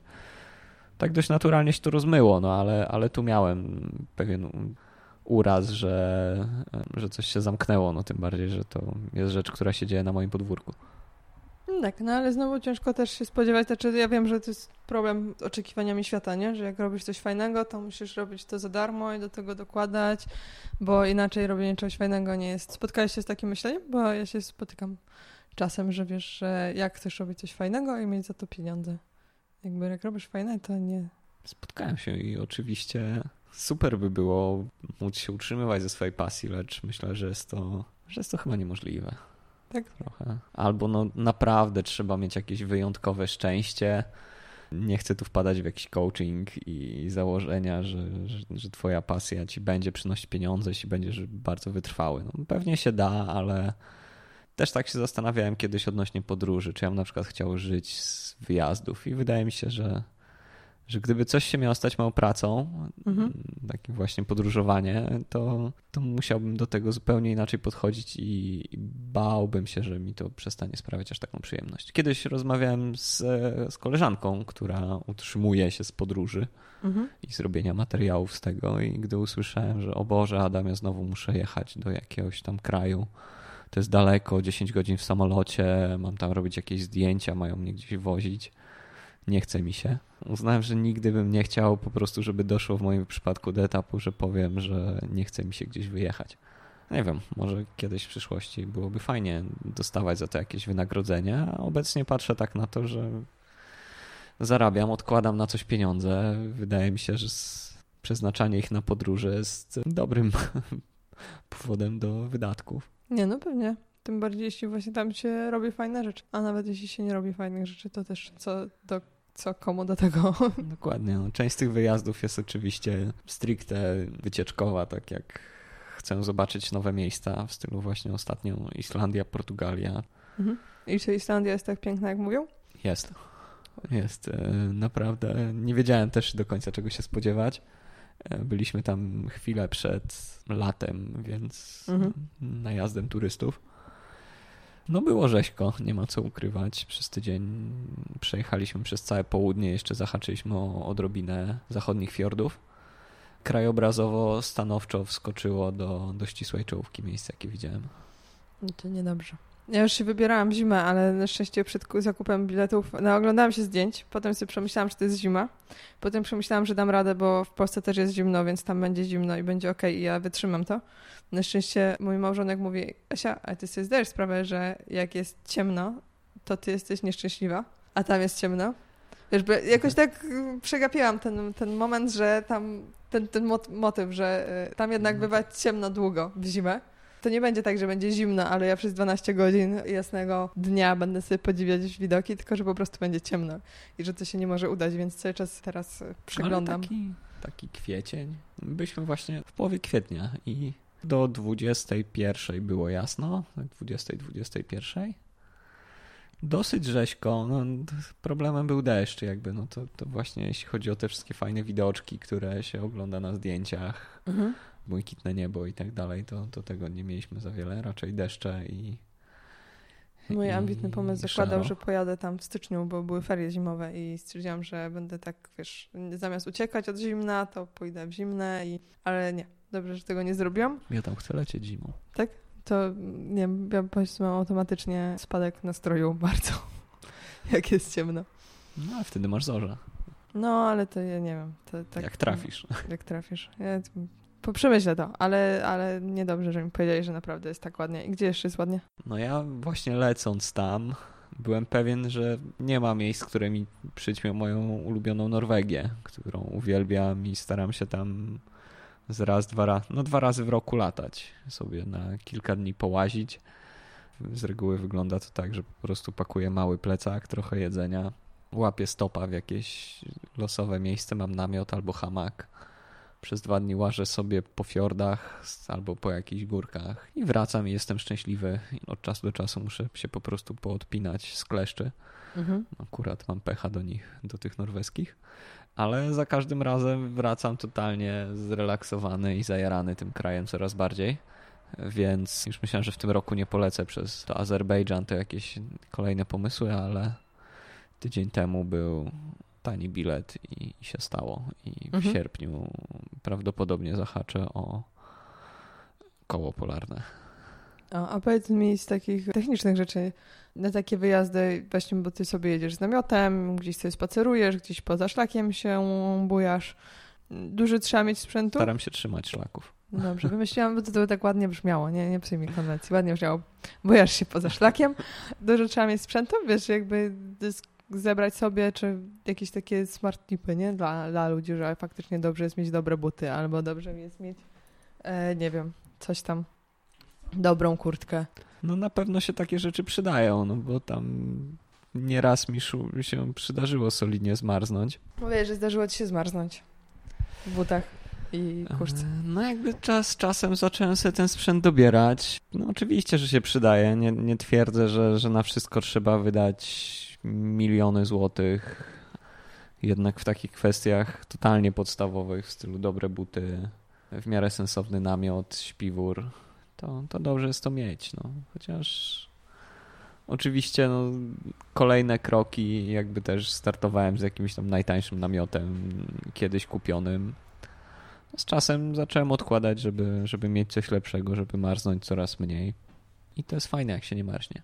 tak dość naturalnie się to rozmyło, no ale, ale tu miałem pewien uraz, że, że coś się zamknęło, no tym bardziej, że to jest rzecz, która się dzieje na moim podwórku. Tak, no ale znowu ciężko też się spodziewać, znaczy ja wiem, że to jest problem z oczekiwaniami świata, nie? Że jak robisz coś fajnego, to musisz robić to za darmo i do tego dokładać, bo inaczej robienie czegoś fajnego nie jest. Spotkałeś się z takim myśleniem? Bo ja się spotykam czasem, że wiesz, że jak chcesz robić coś fajnego i mieć za to pieniądze. Jakby jak robisz fajne, to nie, Spotkałem się i oczywiście super by było móc się utrzymywać ze swojej pasji, lecz myślę, że jest to, że jest to chyba niemożliwe. Tak? Trochę. Albo no naprawdę trzeba mieć jakieś wyjątkowe szczęście. Nie chcę tu wpadać w jakiś coaching i założenia, że, że, że twoja pasja ci będzie przynosić pieniądze, jeśli będziesz bardzo wytrwały. No, pewnie się da, ale też tak się zastanawiałem kiedyś odnośnie podróży, czy ja bym na przykład chciał żyć z wyjazdów i wydaje mi się, że że gdyby coś się miało stać moją pracą, mhm. takim właśnie podróżowanie, to, to musiałbym do tego zupełnie inaczej podchodzić i, i bałbym się, że mi to przestanie sprawiać aż taką przyjemność. Kiedyś rozmawiałem z, z koleżanką, która utrzymuje się z podróży mhm. i z robienia materiałów z tego i gdy usłyszałem, że o Boże, Adam, ja znowu muszę jechać do jakiegoś tam kraju, to jest daleko, dziesięć godzin w samolocie, mam tam robić jakieś zdjęcia, mają mnie gdzieś wozić. Nie chce mi się. Uznałem, że nigdy bym nie chciał po prostu, żeby doszło w moim przypadku do etapu, że powiem, że nie chce mi się gdzieś wyjechać. Nie wiem, może kiedyś w przyszłości byłoby fajnie dostawać za to jakieś wynagrodzenie, a obecnie patrzę tak na to, że zarabiam, odkładam na coś pieniądze. Wydaje mi się, że przeznaczanie ich na podróże jest dobrym powodem do wydatków. Nie, no pewnie. Tym bardziej, jeśli właśnie tam się robi fajne rzeczy. A nawet jeśli się nie robi fajnych rzeczy, to też co, do, co komu do tego. Dokładnie. No. Część z tych wyjazdów jest oczywiście stricte wycieczkowa, tak jak chcę zobaczyć nowe miejsca w stylu właśnie ostatnio Islandia, Portugalia. Mhm. I czy Islandia jest tak piękna, jak mówią? Jest. Jest. Naprawdę. Nie wiedziałem też do końca, czego się spodziewać. Byliśmy tam chwilę przed latem, więc mhm. najazdem turystów. No było rzeźko, nie ma co ukrywać. Przez tydzień przejechaliśmy przez całe południe, jeszcze zahaczyliśmy o odrobinę zachodnich fiordów. Krajobrazowo stanowczo wskoczyło do, do ścisłej czołówki miejsc, jakie widziałem. No to niedobrze. Ja już się wybierałam w zimę, ale na szczęście przed zakupem biletów no, oglądałam się zdjęć, potem sobie przemyślałam, że to jest zima. Potem przemyślałam, że dam radę, bo w Polsce też jest zimno, więc tam będzie zimno i będzie okej i ja wytrzymam to. Na szczęście mój małżonek mówi: Asia, a ty sobie zdajesz sprawę, że jak jest ciemno, to ty jesteś nieszczęśliwa, a tam jest ciemno. Wiesz, bo jakoś tak przegapiłam ten, ten moment, że tam ten, ten motyw, że tam jednak bywa ciemno długo w zimę. To nie będzie tak, że będzie zimno, ale ja przez dwanaście godzin jasnego dnia będę sobie podziwiać widoki, tylko że po prostu będzie ciemno i że to się nie może udać, więc cały czas teraz przeglądam. Ale taki, taki kwiecień. Byliśmy właśnie w połowie kwietnia i do dwudziestej pierwszej było jasno, dwudziestej, dwudziestej pierwszej. Dosyć rzeźko. No, problemem był deszcz jakby, no to, to właśnie jeśli chodzi o te wszystkie fajne widoczki, które się ogląda na zdjęciach, mhm. błękitne niebo i tak dalej, to, to tego nie mieliśmy za wiele, raczej deszcze i Mój i, ambitny pomysł zakładał, że pojadę tam w styczniu, bo były ferie zimowe i stwierdziłam, że będę tak, wiesz, zamiast uciekać od zimna, to pójdę w zimne, i ale nie, dobrze, że tego nie zrobiłam. Ja tam chcę lecieć zimą. Tak? To nie wiem, ja powiedzmy mam automatycznie spadek nastroju bardzo, jak jest ciemno. No, ale wtedy masz zorza. No, ale to ja nie wiem. To, tak, jak trafisz. Jak trafisz. Ja poprzemyślę to, ale, ale niedobrze, że mi powiedzieli, że naprawdę jest tak ładnie. I gdzie jeszcze jest ładnie? No ja właśnie lecąc tam byłem pewien, że nie ma miejsc, które mi przyćmią moją ulubioną Norwegię, którą uwielbiam i staram się tam z raz, dwa razy, no dwa razy w roku latać, sobie na kilka dni połazić. Z reguły wygląda to tak, że po prostu pakuję mały plecak, trochę jedzenia, łapię stopa w jakieś losowe miejsce, mam namiot albo hamak. Przez dwa dni łażę sobie po fiordach albo po jakichś górkach i wracam i jestem szczęśliwy. Od czasu do czasu muszę się po prostu poodpinać z kleszczy. Mhm. Akurat mam pecha do nich, do tych norweskich. Ale za każdym razem wracam totalnie zrelaksowany i zajarany tym krajem coraz bardziej. Więc już myślałem, że w tym roku nie polecę przez to Azerbejdżan, to jakieś kolejne pomysły, ale tydzień temu był tani bilet i, i się stało. I w mhm. sierpniu prawdopodobnie zahaczę o koło polarne. A, a powiedz mi z takich technicznych rzeczy, na takie wyjazdy właśnie, bo ty sobie jedziesz z namiotem, gdzieś sobie spacerujesz, gdzieś poza szlakiem się bujasz. Dużo trzeba mieć sprzętu? Staram się trzymać szlaków. Dobrze, wymyśliłam, bo to, to tak ładnie brzmiało, nie, nie psuj mi konwencji, ładnie brzmiało. Bujasz się poza szlakiem, dużo trzeba mieć sprzętu, wiesz, jakby zebrać sobie, czy jakieś takie smart tipy, nie? Dla, dla ludzi, że faktycznie dobrze jest mieć dobre buty, albo dobrze jest mieć, e, nie wiem, coś tam, dobrą kurtkę. No na pewno się takie rzeczy przydają, no bo tam nieraz mi szu- się przydarzyło solidnie zmarznąć. Mówię, że zdarzyło ci się zmarznąć w butach i kurtce. No jakby czas czasem zacząłem sobie ten sprzęt dobierać. No oczywiście, że się przydaje. Nie, nie twierdzę, że, że na wszystko trzeba wydać miliony złotych. Jednak w takich kwestiach totalnie podstawowych w stylu dobre buty, w miarę sensowny namiot, śpiwór, to, to dobrze jest to mieć. No. Chociaż oczywiście no, kolejne kroki, jakby też startowałem z jakimś tam najtańszym namiotem kiedyś kupionym. Z czasem zacząłem odkładać, żeby, żeby mieć coś lepszego, żeby marznąć coraz mniej. I to jest fajne, jak się nie marznie.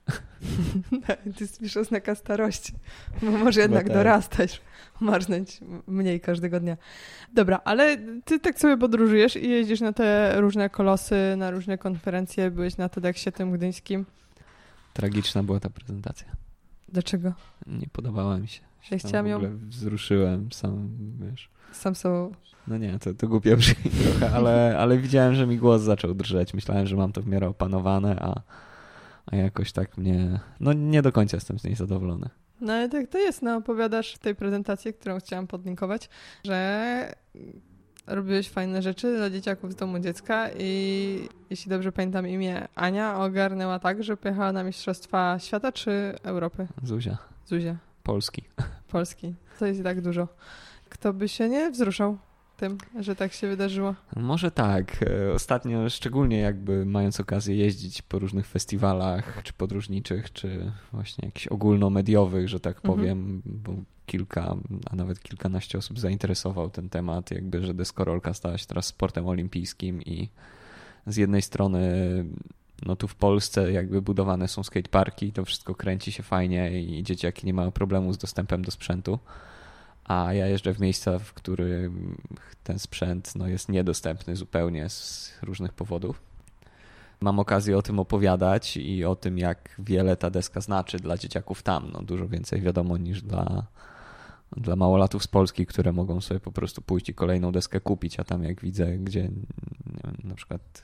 Ty spisz oznaka starości, bo może jednak tak. dorastasz, marznąć mniej każdego dnia. Dobra, ale ty tak sobie podróżujesz i jeździsz na te różne kolosy, na różne konferencje, byłeś na TEDxie tym gdyńskim. Tragiczna była ta prezentacja. Dlaczego? Nie podobała mi się. Ja się chciałam w ją... ogóle wzruszyłem sam, wiesz. Sam są... No nie, to, to głupio brzmi trochę, ale, ale widziałem, że mi głos zaczął drżeć. Myślałem, że mam to w miarę opanowane, a, a jakoś tak mnie... No nie do końca jestem z niej zadowolony. No ale tak to jest, no opowiadasz w tej prezentacji, którą chciałam podlinkować, że robiłeś fajne rzeczy dla dzieciaków z domu dziecka i jeśli dobrze pamiętam imię, Ania ogarnęła tak, że pojechała na Mistrzostwa Świata czy Europy? Zuzia. Zuzia. Polski. Polski. To jest i tak dużo. Kto by się nie wzruszał tym, że tak się wydarzyło? Może tak. Ostatnio szczególnie jakby mając okazję jeździć po różnych festiwalach, czy podróżniczych, czy właśnie jakichś ogólnomediowych, że tak powiem, mhm. bo kilka, a nawet kilkanaście osób zainteresował ten temat, jakby, że deskorolka stała się teraz sportem olimpijskim i z jednej strony no tu w Polsce jakby budowane są skateparki, to wszystko kręci się fajnie i dzieciaki nie mają problemu z dostępem do sprzętu. A ja jeżdżę w miejsca, w których ten sprzęt no, jest niedostępny zupełnie z różnych powodów. Mam okazję o tym opowiadać i o tym, jak wiele ta deska znaczy dla dzieciaków tam. No, dużo więcej wiadomo niż dla, dla małolatów z Polski, które mogą sobie po prostu pójść i kolejną deskę kupić, a tam jak widzę, gdzie nie wiem, na przykład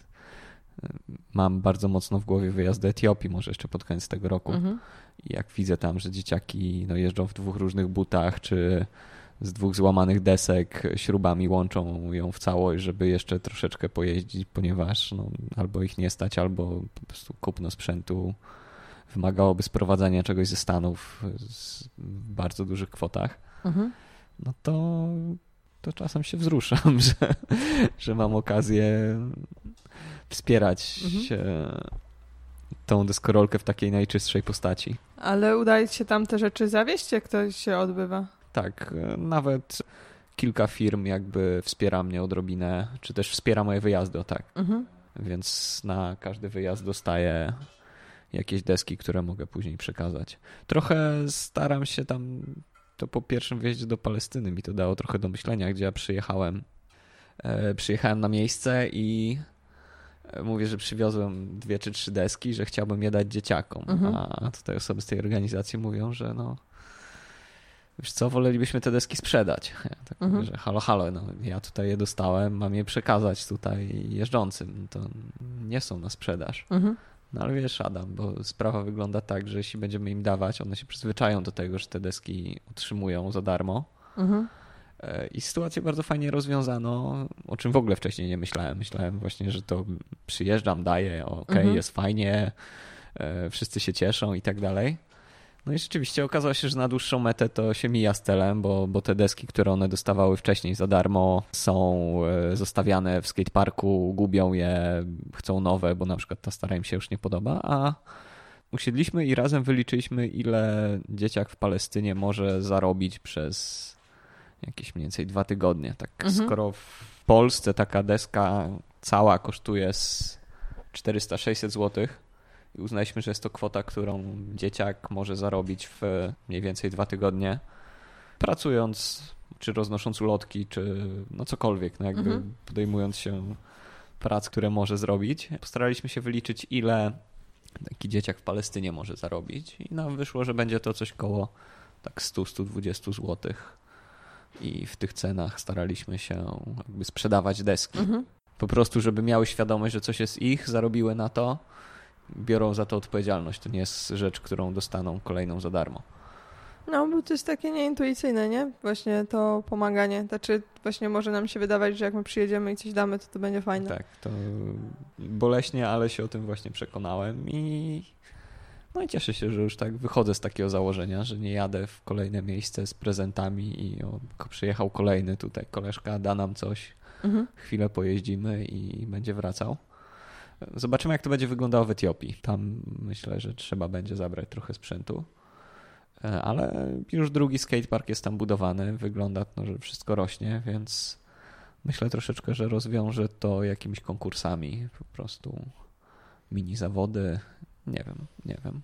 mam bardzo mocno w głowie wyjazd do Etiopii, może jeszcze pod koniec tego roku. Mhm. I jak widzę tam, że dzieciaki no, jeżdżą w dwóch różnych butach, czy z dwóch złamanych desek śrubami łączą ją w całość, żeby jeszcze troszeczkę pojeździć, ponieważ no, albo ich nie stać, albo po prostu kupno sprzętu wymagałoby sprowadzania czegoś ze Stanów w bardzo dużych kwotach. Mhm. No to, to czasem się wzruszam, że, że mam okazję wspierać mhm. się tą deskorolkę w takiej najczystszej postaci. Ale udaje ci się tam te rzeczy zawieść, jak to się odbywa? Tak, nawet kilka firm jakby wspiera mnie odrobinę, czy też wspiera moje wyjazdy, o tak. Mhm. Więc na każdy wyjazd dostaję jakieś deski, które mogę później przekazać. Trochę staram się tam, to po pierwszym wyjeździe do Palestyny mi to dało trochę do myślenia, gdzie ja przyjechałem. E, przyjechałem na miejsce i mówię, że przywiozłem dwie czy trzy deski, że chciałbym je dać dzieciakom. Mhm. A tutaj osoby z tej organizacji mówią, że no wiesz co, wolelibyśmy te deski sprzedać. Ja tak mhm. mówię, że halo, halo, no ja tutaj je dostałem, mam je przekazać tutaj jeżdżącym. To nie są na sprzedaż. Mhm. No ale wiesz, Adam, bo sprawa wygląda tak, że jeśli będziemy im dawać, one się przyzwyczają do tego, że te deski utrzymują za darmo. Mhm. I sytuację bardzo fajnie rozwiązano, o czym w ogóle wcześniej nie myślałem. Myślałem właśnie, że to przyjeżdżam, daję, okej, okay, mhm. jest fajnie, wszyscy się cieszą i tak dalej. No i rzeczywiście okazało się, że na dłuższą metę to się mija z celem, bo, bo te deski, które one dostawały wcześniej za darmo, są zostawiane w skateparku, gubią je, chcą nowe, bo na przykład ta stara im się już nie podoba, a usiedliśmy i razem wyliczyliśmy, ile dzieciak w Palestynie może zarobić przez jakieś mniej więcej dwa tygodnie. Tak, mhm. Skoro w Polsce taka deska cała kosztuje z czterysta sześćset złotych i uznaliśmy, że jest to kwota, którą dzieciak może zarobić w mniej więcej dwa tygodnie, pracując, czy roznosząc ulotki, czy no cokolwiek, no jakby mhm. podejmując się prac, które może zrobić. Postaraliśmy się wyliczyć, ile taki dzieciak w Palestynie może zarobić i nam wyszło, że będzie to coś koło tak sto do stu dwudziestu złotych. I w tych cenach staraliśmy się jakby sprzedawać deski. Mhm. Po prostu, żeby miały świadomość, że coś jest ich, zarobiły na to, biorą za to odpowiedzialność. To nie jest rzecz, którą dostaną kolejną za darmo. No, bo to jest takie nieintuicyjne, nie? Właśnie to pomaganie. Znaczy właśnie może nam się wydawać, że jak my przyjedziemy i coś damy, to to będzie fajne. Tak, to boleśnie, ale się o tym właśnie przekonałem i no i cieszę się, że już tak wychodzę z takiego założenia, że nie jadę w kolejne miejsce z prezentami i o, przyjechał kolejny tutaj koleżka, da nam coś, mhm. chwilę pojeździmy i będzie wracał. Zobaczymy, jak to będzie wyglądało w Etiopii. Tam myślę, że trzeba będzie zabrać trochę sprzętu. Ale już drugi skatepark jest tam budowany. Wygląda, no, że wszystko rośnie, więc myślę troszeczkę, że rozwiążę to jakimiś konkursami. Po prostu mini zawody. Nie wiem, nie wiem.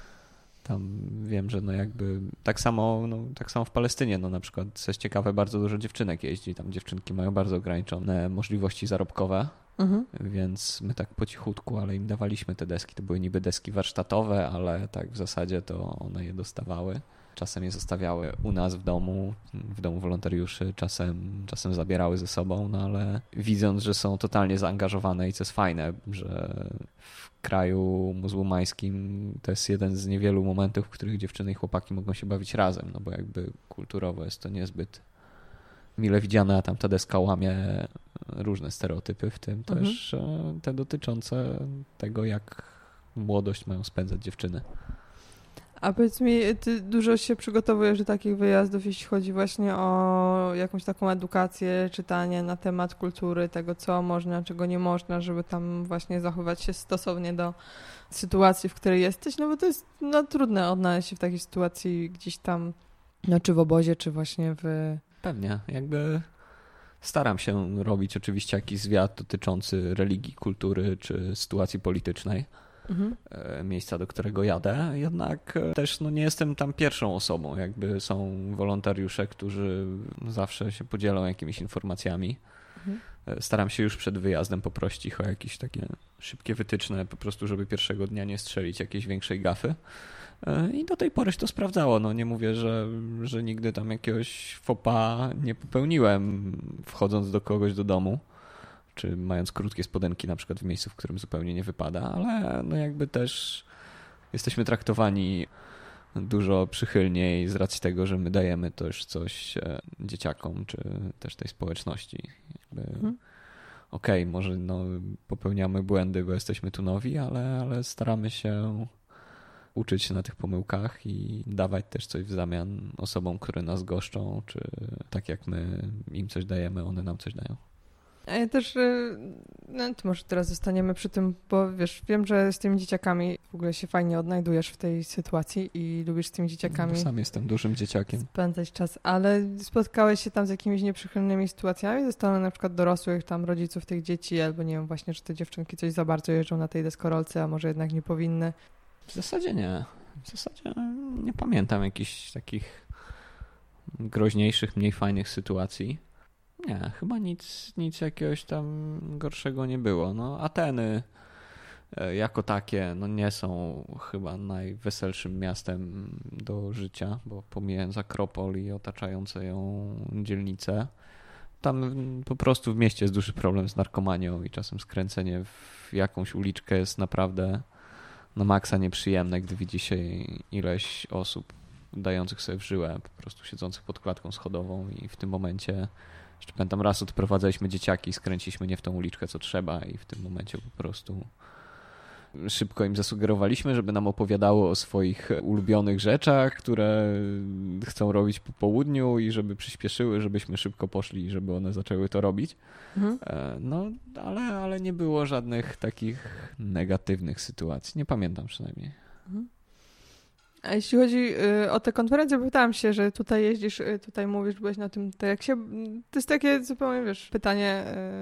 Tam wiem, że no jakby tak samo, no, tak samo w Palestynie, no na przykład, co jest ciekawe, bardzo dużo dziewczynek jeździ. Tam dziewczynki mają bardzo ograniczone możliwości zarobkowe, mhm. więc my tak po cichutku, ale im dawaliśmy te deski. To były niby deski warsztatowe, ale tak w zasadzie to one je dostawały. Czasem je zostawiały u nas w domu, w domu wolontariuszy, czasem, czasem zabierały ze sobą, no ale widząc, że są totalnie zaangażowane i co jest fajne, że w kraju muzułmańskim to jest jeden z niewielu momentów, w których dziewczyny i chłopaki mogą się bawić razem, no bo jakby kulturowo jest to niezbyt mile widziane, a tam ta deska łamie różne stereotypy, w tym mhm. też te dotyczące tego, jak młodość mają spędzać dziewczyny. A powiedz mi, ty dużo się przygotowujesz do takich wyjazdów, jeśli chodzi właśnie o jakąś taką edukację, czytanie na temat kultury, tego co można, czego nie można, żeby tam właśnie zachować się stosownie do sytuacji, w której jesteś, no bo to jest no, trudne odnaleźć się w takiej sytuacji gdzieś tam, no czy w obozie, czy właśnie w... Pewnie, jakby staram się robić oczywiście jakiś zwiat dotyczący religii, kultury, czy sytuacji politycznej. Mhm. Miejsca, do którego jadę, jednak też no, nie jestem tam pierwszą osobą. Jakby są wolontariusze, którzy zawsze się podzielą jakimiś informacjami. Mhm. Staram się już przed wyjazdem poprosić ich o jakieś takie szybkie wytyczne, po prostu żeby pierwszego dnia nie strzelić jakiejś większej gafy. I do tej pory się to sprawdzało. No, nie mówię, że, że nigdy tam jakiegoś faux pas nie popełniłem, wchodząc do kogoś do domu, czy mając krótkie spodenki na przykład w miejscu, w którym zupełnie nie wypada, ale no jakby też jesteśmy traktowani dużo przychylniej z racji tego, że my dajemy też coś dzieciakom, czy też tej społeczności. Jakby, mhm. Okej, okay, może no, popełniamy błędy, bo jesteśmy tu nowi, ale, ale staramy się uczyć się na tych pomyłkach i dawać też coś w zamian osobom, które nas goszczą, czy tak jak my im coś dajemy, one nam coś dają. A ja też, no to może teraz zostaniemy przy tym, bo wiesz, wiem, że z tymi dzieciakami w ogóle się fajnie odnajdujesz w tej sytuacji i lubisz z tymi dzieciakami... No, sam jestem dużym dzieciakiem. ...spędzać czas, ale spotkałeś się tam z jakimiś nieprzychylnymi sytuacjami ze strony na przykład dorosłych, tam rodziców tych dzieci, albo nie wiem, właśnie, że te dziewczynki coś za bardzo jeżdżą na tej deskorolce, a może jednak nie powinny? W zasadzie nie. W zasadzie nie pamiętam jakichś takich groźniejszych, mniej fajnych sytuacji. Nie, chyba nic, nic jakiegoś tam gorszego nie było. No, Ateny jako takie no nie są chyba najweselszym miastem do życia, bo pomijając Akropol i otaczające ją dzielnice, tam po prostu w mieście jest duży problem z narkomanią i czasem skręcenie w jakąś uliczkę jest naprawdę na maksa nieprzyjemne, gdy widzi się ileś osób dających sobie w żyłę, po prostu siedzących pod klatką schodową i w tym momencie, jeszcze pamiętam, raz odprowadzaliśmy dzieciaki, skręciliśmy nie w tą uliczkę, co trzeba i w tym momencie po prostu szybko im zasugerowaliśmy, żeby nam opowiadało o swoich ulubionych rzeczach, które chcą robić po południu i żeby przyspieszyły, żebyśmy szybko poszli i żeby one zaczęły to robić. Mhm. No, ale, ale nie było żadnych takich negatywnych sytuacji. Nie pamiętam przynajmniej. Mhm. A jeśli chodzi o te konferencje, pytałam się, że tutaj jeździsz, tutaj mówisz, byłeś na tym teksie. To jest takie zupełnie, wiesz, pytanie...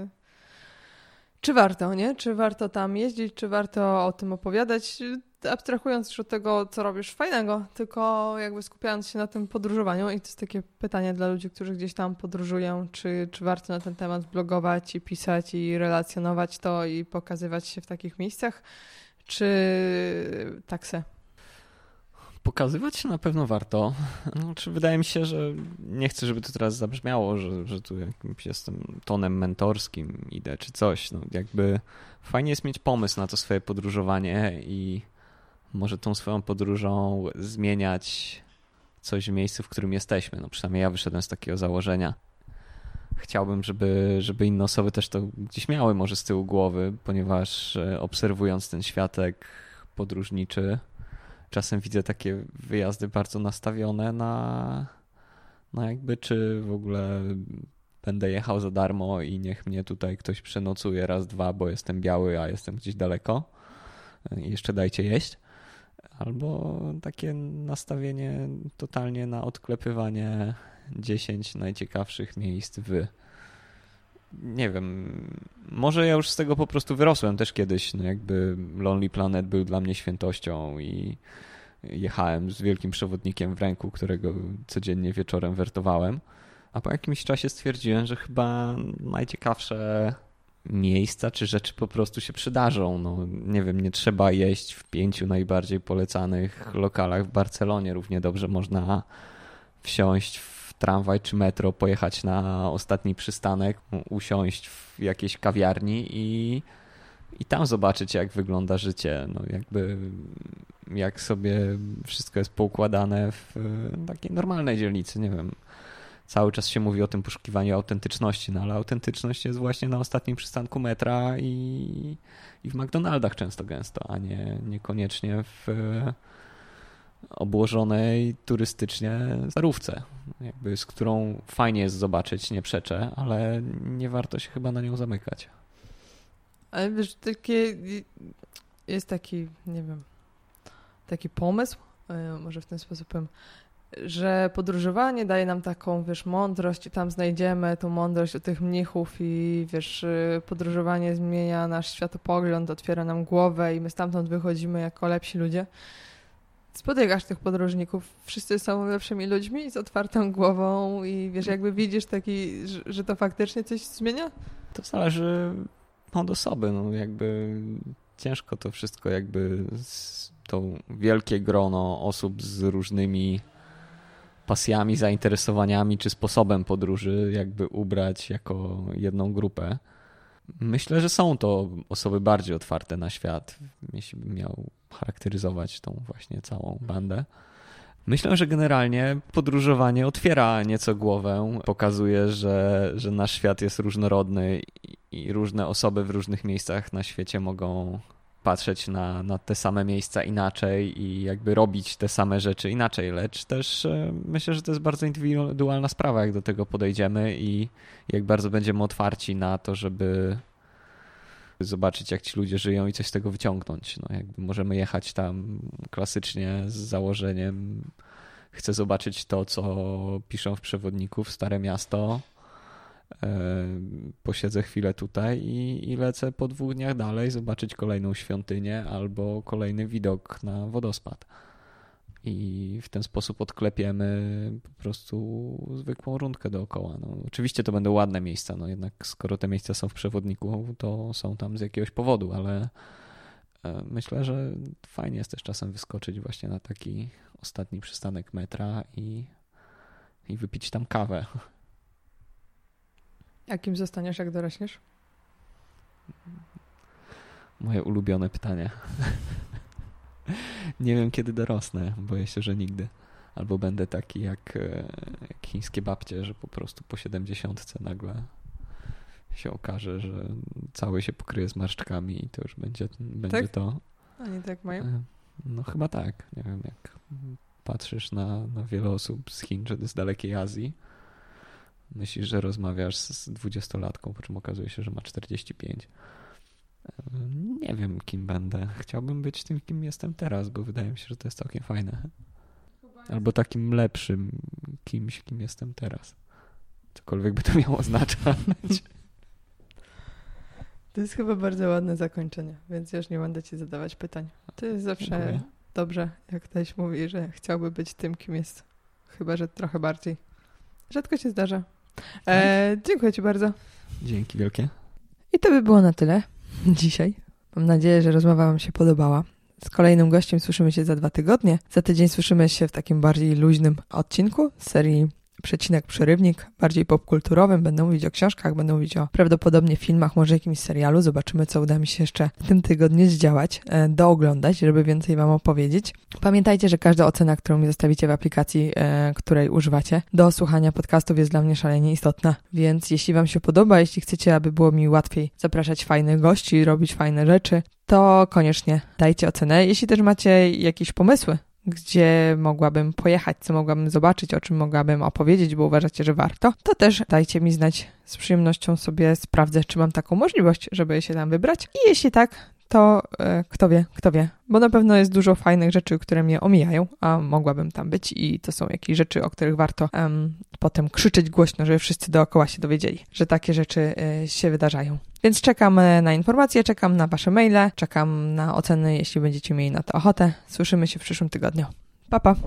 Czy warto, nie? Czy warto tam jeździć, czy warto o tym opowiadać, abstrahując już od tego, co robisz fajnego, tylko jakby skupiając się na tym podróżowaniu i to jest takie pytanie dla ludzi, którzy gdzieś tam podróżują, czy, czy warto na ten temat blogować i pisać i relacjonować to i pokazywać się w takich miejscach, czy tak se? Pokazywać się na pewno warto. Znaczy, wydaje mi się, że nie chcę, żeby to teraz zabrzmiało, że, że tu jakimś jestem tonem mentorskim idę czy coś. No, jakby fajnie jest mieć pomysł na to swoje podróżowanie i może tą swoją podróżą zmieniać coś w miejscu, w którym jesteśmy. No przynajmniej ja wyszedłem z takiego założenia. Chciałbym, żeby, żeby inne osoby też to gdzieś miały może z tyłu głowy, ponieważ obserwując ten światek podróżniczy, czasem widzę takie wyjazdy bardzo nastawione na, na jakby czy w ogóle będę jechał za darmo i niech mnie tutaj ktoś przenocuje raz, dwa, bo jestem biały, a jestem gdzieś daleko i jeszcze dajcie jeść. Albo takie nastawienie totalnie na odklepywanie dziesięć najciekawszych miejsc w... Nie wiem, może ja już z tego po prostu wyrosłem też kiedyś, no jakby Lonely Planet był dla mnie świętością i jechałem z wielkim przewodnikiem w ręku, którego codziennie wieczorem wertowałem, a po jakimś czasie stwierdziłem, że chyba najciekawsze miejsca czy rzeczy po prostu się przydarzą. No, nie wiem, nie trzeba jeść w pięciu najbardziej polecanych lokalach w Barcelonie. Równie dobrze można wsiąść w tramwaj czy metro, pojechać na ostatni przystanek, usiąść w jakiejś kawiarni i, i tam zobaczyć, jak wygląda życie. No, jakby jak sobie wszystko jest poukładane w takiej normalnej dzielnicy, nie wiem. Cały czas się mówi o tym poszukiwaniu autentyczności, no ale autentyczność jest właśnie na ostatnim przystanku metra i, i w McDonaldach często gęsto, a nie niekoniecznie w obłożonej turystycznie zarówce, jakby z którą fajnie jest zobaczyć, nie przeczę, ale nie warto się chyba na nią zamykać. Ale wiesz, takie jest taki, nie wiem, taki pomysł, może w ten sposób powiem, że podróżowanie daje nam taką, wiesz, mądrość i tam znajdziemy tą mądrość od tych mnichów i, wiesz, podróżowanie zmienia nasz światopogląd, otwiera nam głowę i my stamtąd wychodzimy jako lepsi ludzie. Spotykasz tych podróżników, wszyscy są lepszymi ludźmi z otwartą głową i, wiesz, jakby widzisz taki, że, że to faktycznie coś zmienia? To zależy od osoby, no jakby ciężko to wszystko jakby z to wielkie grono osób z różnymi pasjami, zainteresowaniami czy sposobem podróży jakby ubrać jako jedną grupę. Myślę, że są to osoby bardziej otwarte na świat, jeśli bym miał charakteryzować tą właśnie całą bandę. Myślę, że generalnie podróżowanie otwiera nieco głowę, pokazuje, że, że nasz świat jest różnorodny i różne osoby w różnych miejscach na świecie mogą patrzeć na, na te same miejsca inaczej i jakby robić te same rzeczy inaczej, lecz też myślę, że to jest bardzo indywidualna sprawa, jak do tego podejdziemy i jak bardzo będziemy otwarci na to, żeby zobaczyć, jak ci ludzie żyją i coś z tego wyciągnąć. No jakby możemy jechać tam klasycznie z założeniem chcę zobaczyć to, co piszą w przewodniku w Stare Miasto, posiedzę chwilę tutaj i, i lecę po dwóch dniach dalej zobaczyć kolejną świątynię albo kolejny widok na wodospad. I w ten sposób odklepiemy po prostu zwykłą rundkę dookoła. No, oczywiście to będą ładne miejsca, no jednak skoro te miejsca są w przewodniku, to są tam z jakiegoś powodu, ale myślę, że fajnie jest też czasem wyskoczyć właśnie na taki ostatni przystanek metra i, i wypić tam kawę. Jakim zostaniesz, jak dorośniesz? Moje ulubione pytanie. Nie wiem, kiedy dorosnę. Boję się, że nigdy. Albo będę taki jak, jak chińskie babcie, że po prostu po siedemdziesiątce nagle się okaże, że cały się pokryje zmarszczkami i to już będzie, będzie tak? to. Oni tak mają? No chyba tak. Nie wiem, jak patrzysz na, na wiele osób z Chin czy z dalekiej Azji, myślisz, że rozmawiasz z dwudziestolatką, po czym okazuje się, że ma czterdzieści pięć. Nie wiem, kim będę. Chciałbym być tym, kim jestem teraz, bo wydaje mi się, że to jest całkiem fajne. Albo takim lepszym kimś, kim jestem teraz. Cokolwiek by to miało oznaczać. To jest chyba bardzo ładne zakończenie, więc już nie będę ci zadawać pytań. To jest zawsze Dziękuję. Dobrze, jak ktoś mówi, że chciałby być tym, kim jest. Chyba, że trochę bardziej. Rzadko się zdarza. E, dziękuję ci bardzo. Dzięki wielkie. I to by było na tyle dzisiaj. Mam nadzieję, że rozmowa wam się podobała. Z kolejnym gościem słyszymy się za dwa tygodnie. Za tydzień słyszymy się w takim bardziej luźnym odcinku z serii Przecinek Przerywnik, bardziej popkulturowym. Będę mówić o książkach, będę mówić o prawdopodobnie filmach, może jakimś serialu. Zobaczymy, co uda mi się jeszcze w tym tygodniu zdziałać, e, dooglądać, żeby więcej Wam opowiedzieć. Pamiętajcie, że każda ocena, którą mi zostawicie w aplikacji, e, której używacie do słuchania podcastów, jest dla mnie szalenie istotna. Więc jeśli Wam się podoba, jeśli chcecie, aby było mi łatwiej zapraszać fajnych gości, robić fajne rzeczy, to koniecznie dajcie ocenę. Jeśli też macie jakieś pomysły, gdzie mogłabym pojechać, co mogłabym zobaczyć, o czym mogłabym opowiedzieć, bo uważacie, że warto, to też dajcie mi znać. Z przyjemnością sobie sprawdzę, czy mam taką możliwość, żeby się tam wybrać. I jeśli tak, to e, kto wie, kto wie. Bo na pewno jest dużo fajnych rzeczy, które mnie omijają, a mogłabym tam być i to są jakieś rzeczy, o których warto um, potem krzyczeć głośno, żeby wszyscy dookoła się dowiedzieli, że takie rzeczy e, się wydarzają. Więc czekam na informacje, czekam na Wasze maile, czekam na oceny, jeśli będziecie mieli na to ochotę. Słyszymy się w przyszłym tygodniu. Pa, pa!